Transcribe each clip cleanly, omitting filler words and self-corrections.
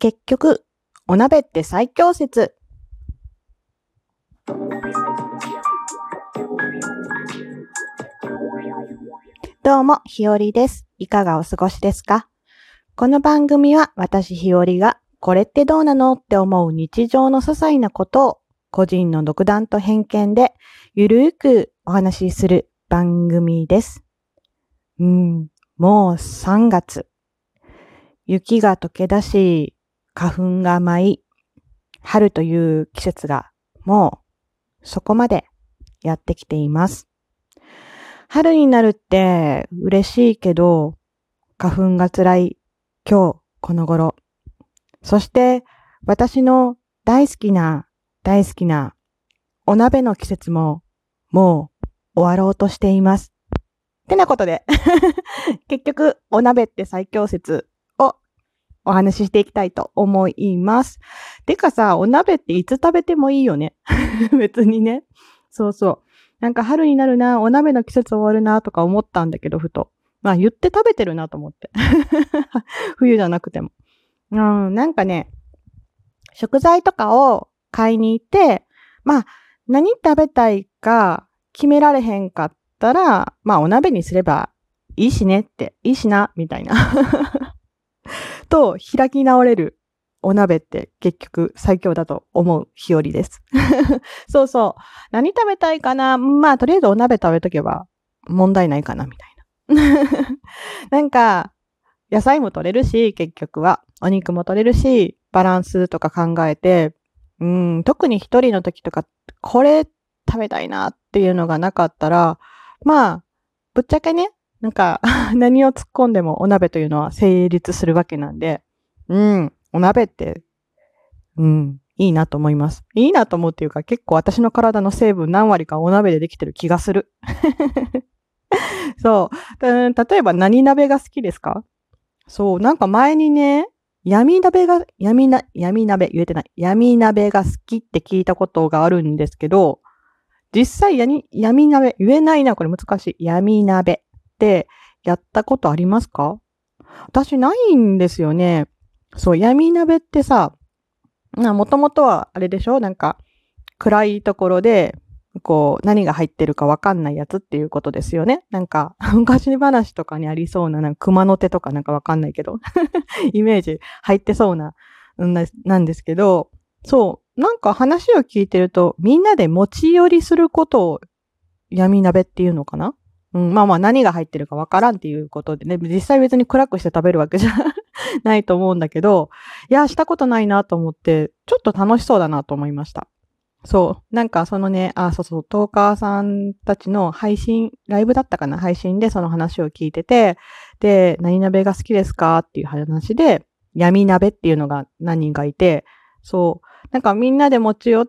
結局、お鍋って最強説。どうも、ひよりです。いかがお過ごしですか？この番組は私ひよりがこれってどうなのって思う日常の些細なことを個人の独断と偏見でゆるーくお話しする番組です。もう3月。雪が溶け出し、花粉が舞い、春という季節がもうそこまでやってきています。春になるって嬉しいけど、花粉が辛い今日この頃。そして私の大好きなお鍋の季節ももう終わろうとしています。ってなことで結局お鍋って最強説をお話ししていきたいと思います。てかさ、お鍋っていつ食べてもいいよね。別にね。そうそう。なんか春になるな、お鍋の季節終わるなとか思ったんだけど、ふと。まあ言って食べてるなと思って。冬じゃなくても。なんかね、食材とかを買いに行って、まあ何食べたいか決められへんかったら、まあお鍋にすればいいしねって、いいしな、みたいな。と開き直れるお鍋って結局最強だと思う日和です。そうそう。何食べたいかな？まあとりあえずお鍋食べとけば問題ないかなみたいな。なんか野菜も取れるし、結局はお肉も取れるし、バランスとか考えて、特に一人の時とかこれ食べたいなっていうのがなかったら、まあぶっちゃけね、なんか何を突っ込んでもお鍋というのは成立するわけなんで、お鍋って、いいなと思います。いいなと思うっていうか、結構私の体の成分何割かお鍋でできてる気がする。そう。例えば何鍋が好きですか？そう、なんか前にね、闇鍋が好きって聞いたことがあるんですけど、実際闇鍋、言えないな、これ難しい。闇鍋ってやったことありますか？私ないんですよね。そう、闇鍋ってさ、もともとはあれでしょ？なんか暗いところで、こう何が入ってるかわかんないやつっていうことですよね。なんか昔話とかにありそうな、なんか熊の手とかなんかわかんないけど、イメージ入ってそうなんですけど、そう、なんか話を聞いてると、みんなで持ち寄りすることを闇鍋っていうのかな？まあまあ何が入ってるかわからんっていうことでね、実際別に暗くして食べるわけじゃないと思うんだけど、いや、したことないなと思って、ちょっと楽しそうだなと思いました。そう。なんかそのね、トーカーさんたちのライブだったかな、配信でその話を聞いてて、で、何鍋が好きですかっていう話で、闇鍋っていうのが何人かいて、そう。なんかみんなで持ち寄って、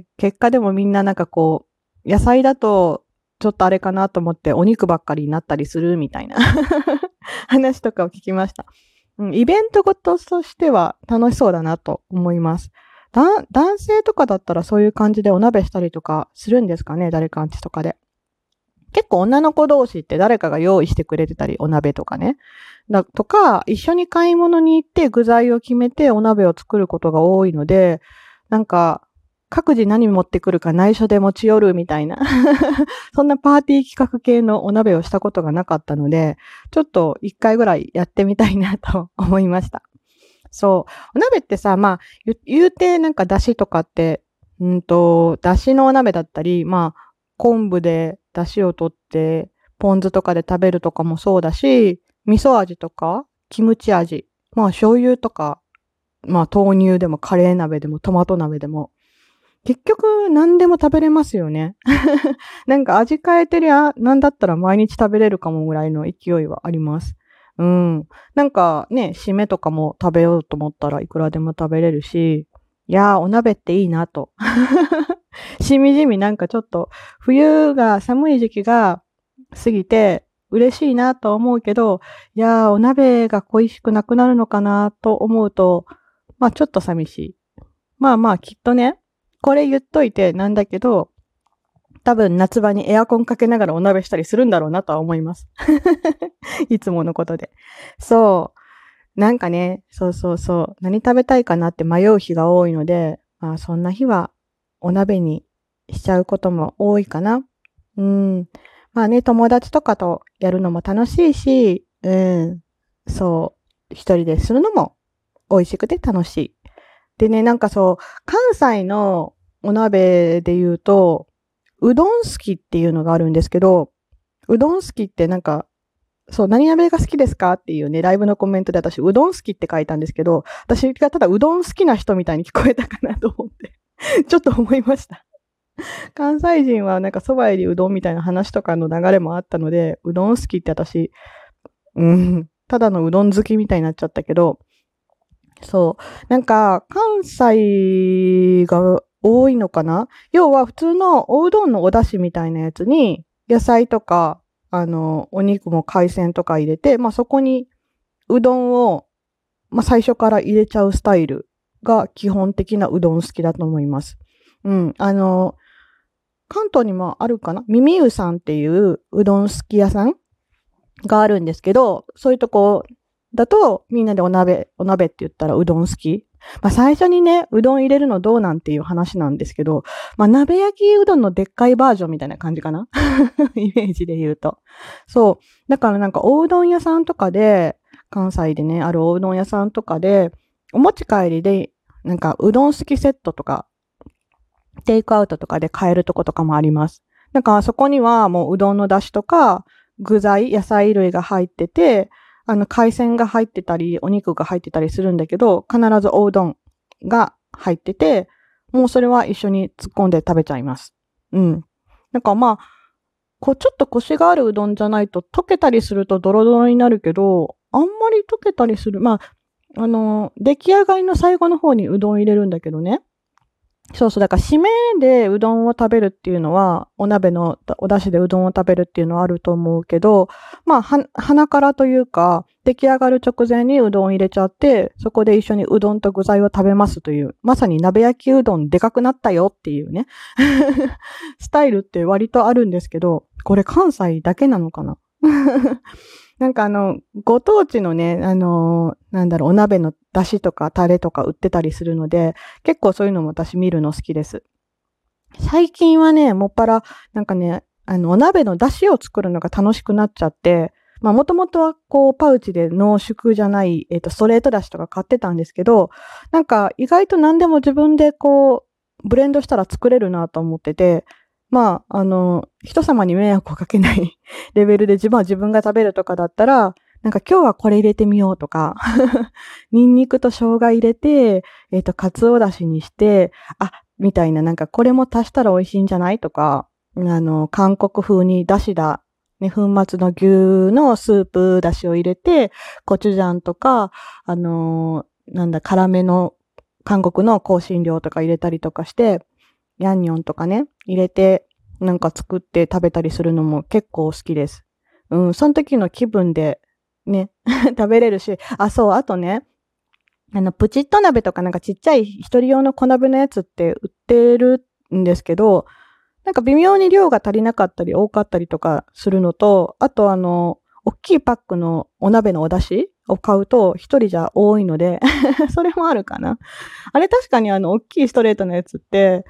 結果でもみんななんかこう、野菜だとちょっとあれかなと思ってお肉ばっかりになったりするみたいな話とかを聞きました。イベントごととしては楽しそうだなと思います。男性とかだったらそういう感じでお鍋したりとかするんですかね？誰かんちとかで。結構女の子同士って誰かが用意してくれてたり、お鍋とかね。とか、一緒に買い物に行って具材を決めてお鍋を作ることが多いので、なんか、各自何持ってくるか内緒で持ち寄るみたいな。そんなパーティー企画系のお鍋をしたことがなかったので、ちょっと一回ぐらいやってみたいなと思いました。そう。お鍋ってさ、まあ、言うてなんか出汁とかって、出汁のお鍋だったり、まあ、昆布で出汁を取って、ポン酢とかで食べるとかもそうだし、味噌味とか、キムチ味、まあ醤油とか、まあ豆乳でもカレー鍋でもトマト鍋でも、結局何でも食べれますよね。なんか味変えてりゃ、なんだったら毎日食べれるかもぐらいの勢いはあります。なんかね、締めとかも食べようと思ったらいくらでも食べれるし、いやー、お鍋っていいなと。しみじみなんかちょっと、冬が寒い時期が過ぎて嬉しいなと思うけど、いやー、お鍋が恋しくなくなるのかなと思うと、まあちょっと寂しい。まあまあきっとね、これ言っといてなんだけど、多分夏場にエアコンかけながらお鍋したりするんだろうなとは思います。いつものことで。そう。 なんかね、そうそうそう、何食べたいかなって迷う日が多いので、まあそんな日はお鍋にしちゃうことも多いかな。うん。まあね、友達とかとやるのも楽しいし、そう、一人でするのも美味しくて楽しい。でね、なんかそう、関西のお鍋で言うと、うどんすきっていうのがあるんですけど、うどんすきってなんか、そう、何鍋が好きですかっていうね、ライブのコメントで私、うどん好きって書いたんですけど、私がただうどん好きな人みたいに聞こえたかなと思って、ちょっと思いました。関西人はなんか蕎麦よりうどんみたいな話とかの流れもあったので、うどん好きって私、ただのうどん好きみたいになっちゃったけど、そう。なんか、関西が多いのかな。要は普通のおうどんのお出汁みたいなやつに、野菜とか、お肉も海鮮とか入れて、まあそこにうどんを、まあ最初から入れちゃうスタイルが基本的なうどん好きだと思います。うん。関東にもあるかな、耳うさんっていううどん好き屋さんがあるんですけど、そういうとこだと、みんなでお鍋って言ったらうどん好き。まあ最初にね、うどん入れるのどうなんていう話なんですけど、まあ鍋焼きうどんのでっかいバージョンみたいな感じかなイメージで言うと。そう。だからなんかおうどん屋さんとかで、関西でね、あるおうどん屋さんとかで、お持ち帰りで、なんかうどん好きセットとか、テイクアウトとかで買えるとことかもあります。なんかそこにはもううどんの出汁とか、具材、野菜類が入ってて、海鮮が入ってたり、お肉が入ってたりするんだけど、必ずおうどんが入ってて、もうそれは一緒に突っ込んで食べちゃいます。うん。なんかまあ、ちょっとコシがあるうどんじゃないと溶けたりするとドロドロになるけど、あんまり溶けたりする。まあ、出来上がりの最後の方にうどん入れるんだけどね。そうそう。だから締めでうどんを食べるっていうのは、お鍋のお出汁でうどんを食べるっていうのはあると思うけど、まあ、鼻からというか、出来上がる直前にうどんを入れちゃって、そこで一緒にうどんと具材を食べますという、まさに鍋焼きうどんでかくなったよっていうね、スタイルって割とあるんですけど、これ関西だけなのかななんかご当地のね、お鍋の出汁とかタレとか売ってたりするので、結構そういうのも私見るの好きです。最近はね、もっぱら、なんかね、お鍋の出汁を作るのが楽しくなっちゃって、まあもともとはこうパウチで濃縮じゃない、ストレート出汁とか買ってたんですけど、なんか意外と何でも自分でこう、ブレンドしたら作れるなと思ってて、まあ、人様に迷惑をかけないレベルで自分が食べるとかだったら、なんか今日はこれ入れてみようとか、ニンニクと生姜入れて、かつおだしにして、みたいな、なんかこれも足したら美味しいんじゃないとか、韓国風にだしだ、ね、粉末の牛のスープだしを入れて、コチュジャンとか、辛めの韓国の香辛料とか入れたりとかして、ヤンニョンとかね、入れて、なんか作って食べたりするのも結構好きです。その時の気分でね、食べれるし、そう、あとね、プチッと鍋とかなんかちっちゃい一人用の小鍋のやつって売ってるんですけど、なんか微妙に量が足りなかったり多かったりとかするのと、あと大きいパックのお鍋のお出汁を買うと一人じゃ多いのでそれもあるかな。あれ確かに大きいストレートのやつって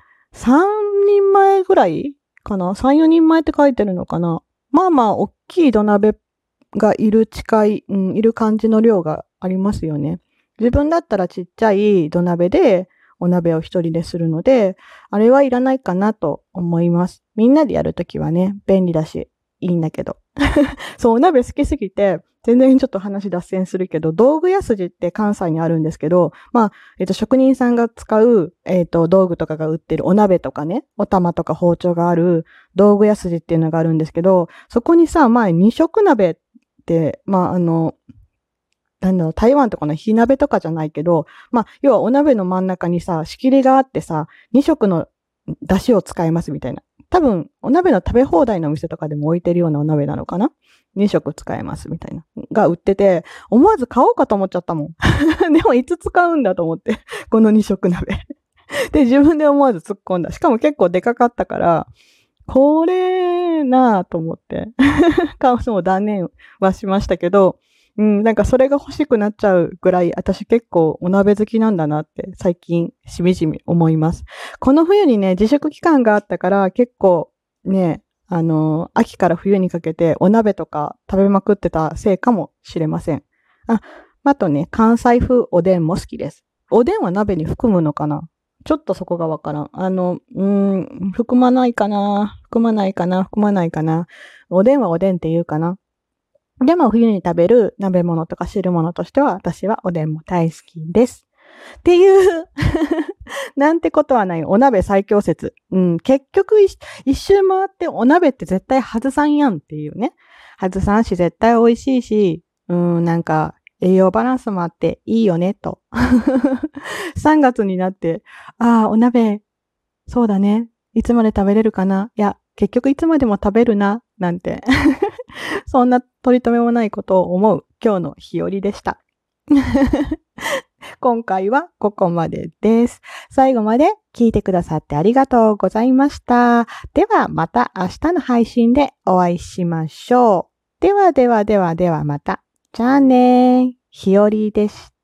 、3人前ぐらいかな？ 3、4人前って書いてるのかな？まあまあ、大きい土鍋がいるいる感じの量がありますよね。自分だったらちっちゃい土鍋でお鍋を一人でするので、あれはいらないかなと思います。みんなでやるときはね、便利だし、いいんだけど。そう、お鍋好きすぎて、全然ちょっと話脱線するけど、道具屋筋って関西にあるんですけど、まあ、職人さんが使う、道具とかが売ってるお鍋とかね、お玉とか包丁がある道具屋筋っていうのがあるんですけど、そこにさ、前二色鍋って、まあ、台湾とかの火鍋とかじゃないけど、まあ、要はお鍋の真ん中にさ、仕切りがあってさ、2色の出汁を使いますみたいな。多分、お鍋の食べ放題のお店とかでも置いてるようなお鍋なのかな？ 2 色使えますみたいな。が売ってて、思わず買おうかと思っちゃったもん。でもいつ使うんだと思って。この2色鍋。で、自分で思わず突っ込んだ。しかも結構でかかったから、これなぁと思って。買うのを断念はしましたけど、 なんかそれが欲しくなっちゃうぐらい、私結構お鍋好きなんだなって最近しみじみ思います。この冬にね、自粛期間があったから結構ね、秋から冬にかけてお鍋とか食べまくってたせいかもしれません。あとね、関西風おでんも好きです。おでんは鍋に含むのかな？ちょっとそこがわからん。含まないかな？含まないかな？含まないかな？おでんはおでんって言うかな？でも冬に食べる鍋物とか汁物としては私はおでんも大好きです。っていうなんてことはないお鍋最強説。結局一周回ってお鍋って絶対外さんやんっていうね。外さんし絶対美味しいし、なんか栄養バランスもあっていいよねと。3月になって、お鍋、そうだね。いつまで食べれるかな？いや、結局いつまでも食べるな、なんて。そんな取り留めもないことを思う今日の日和でした。今回はここまでです。最後まで聞いてくださってありがとうございました。ではまた明日の配信でお会いしましょう。ではまた。じゃあね。ひよりでした。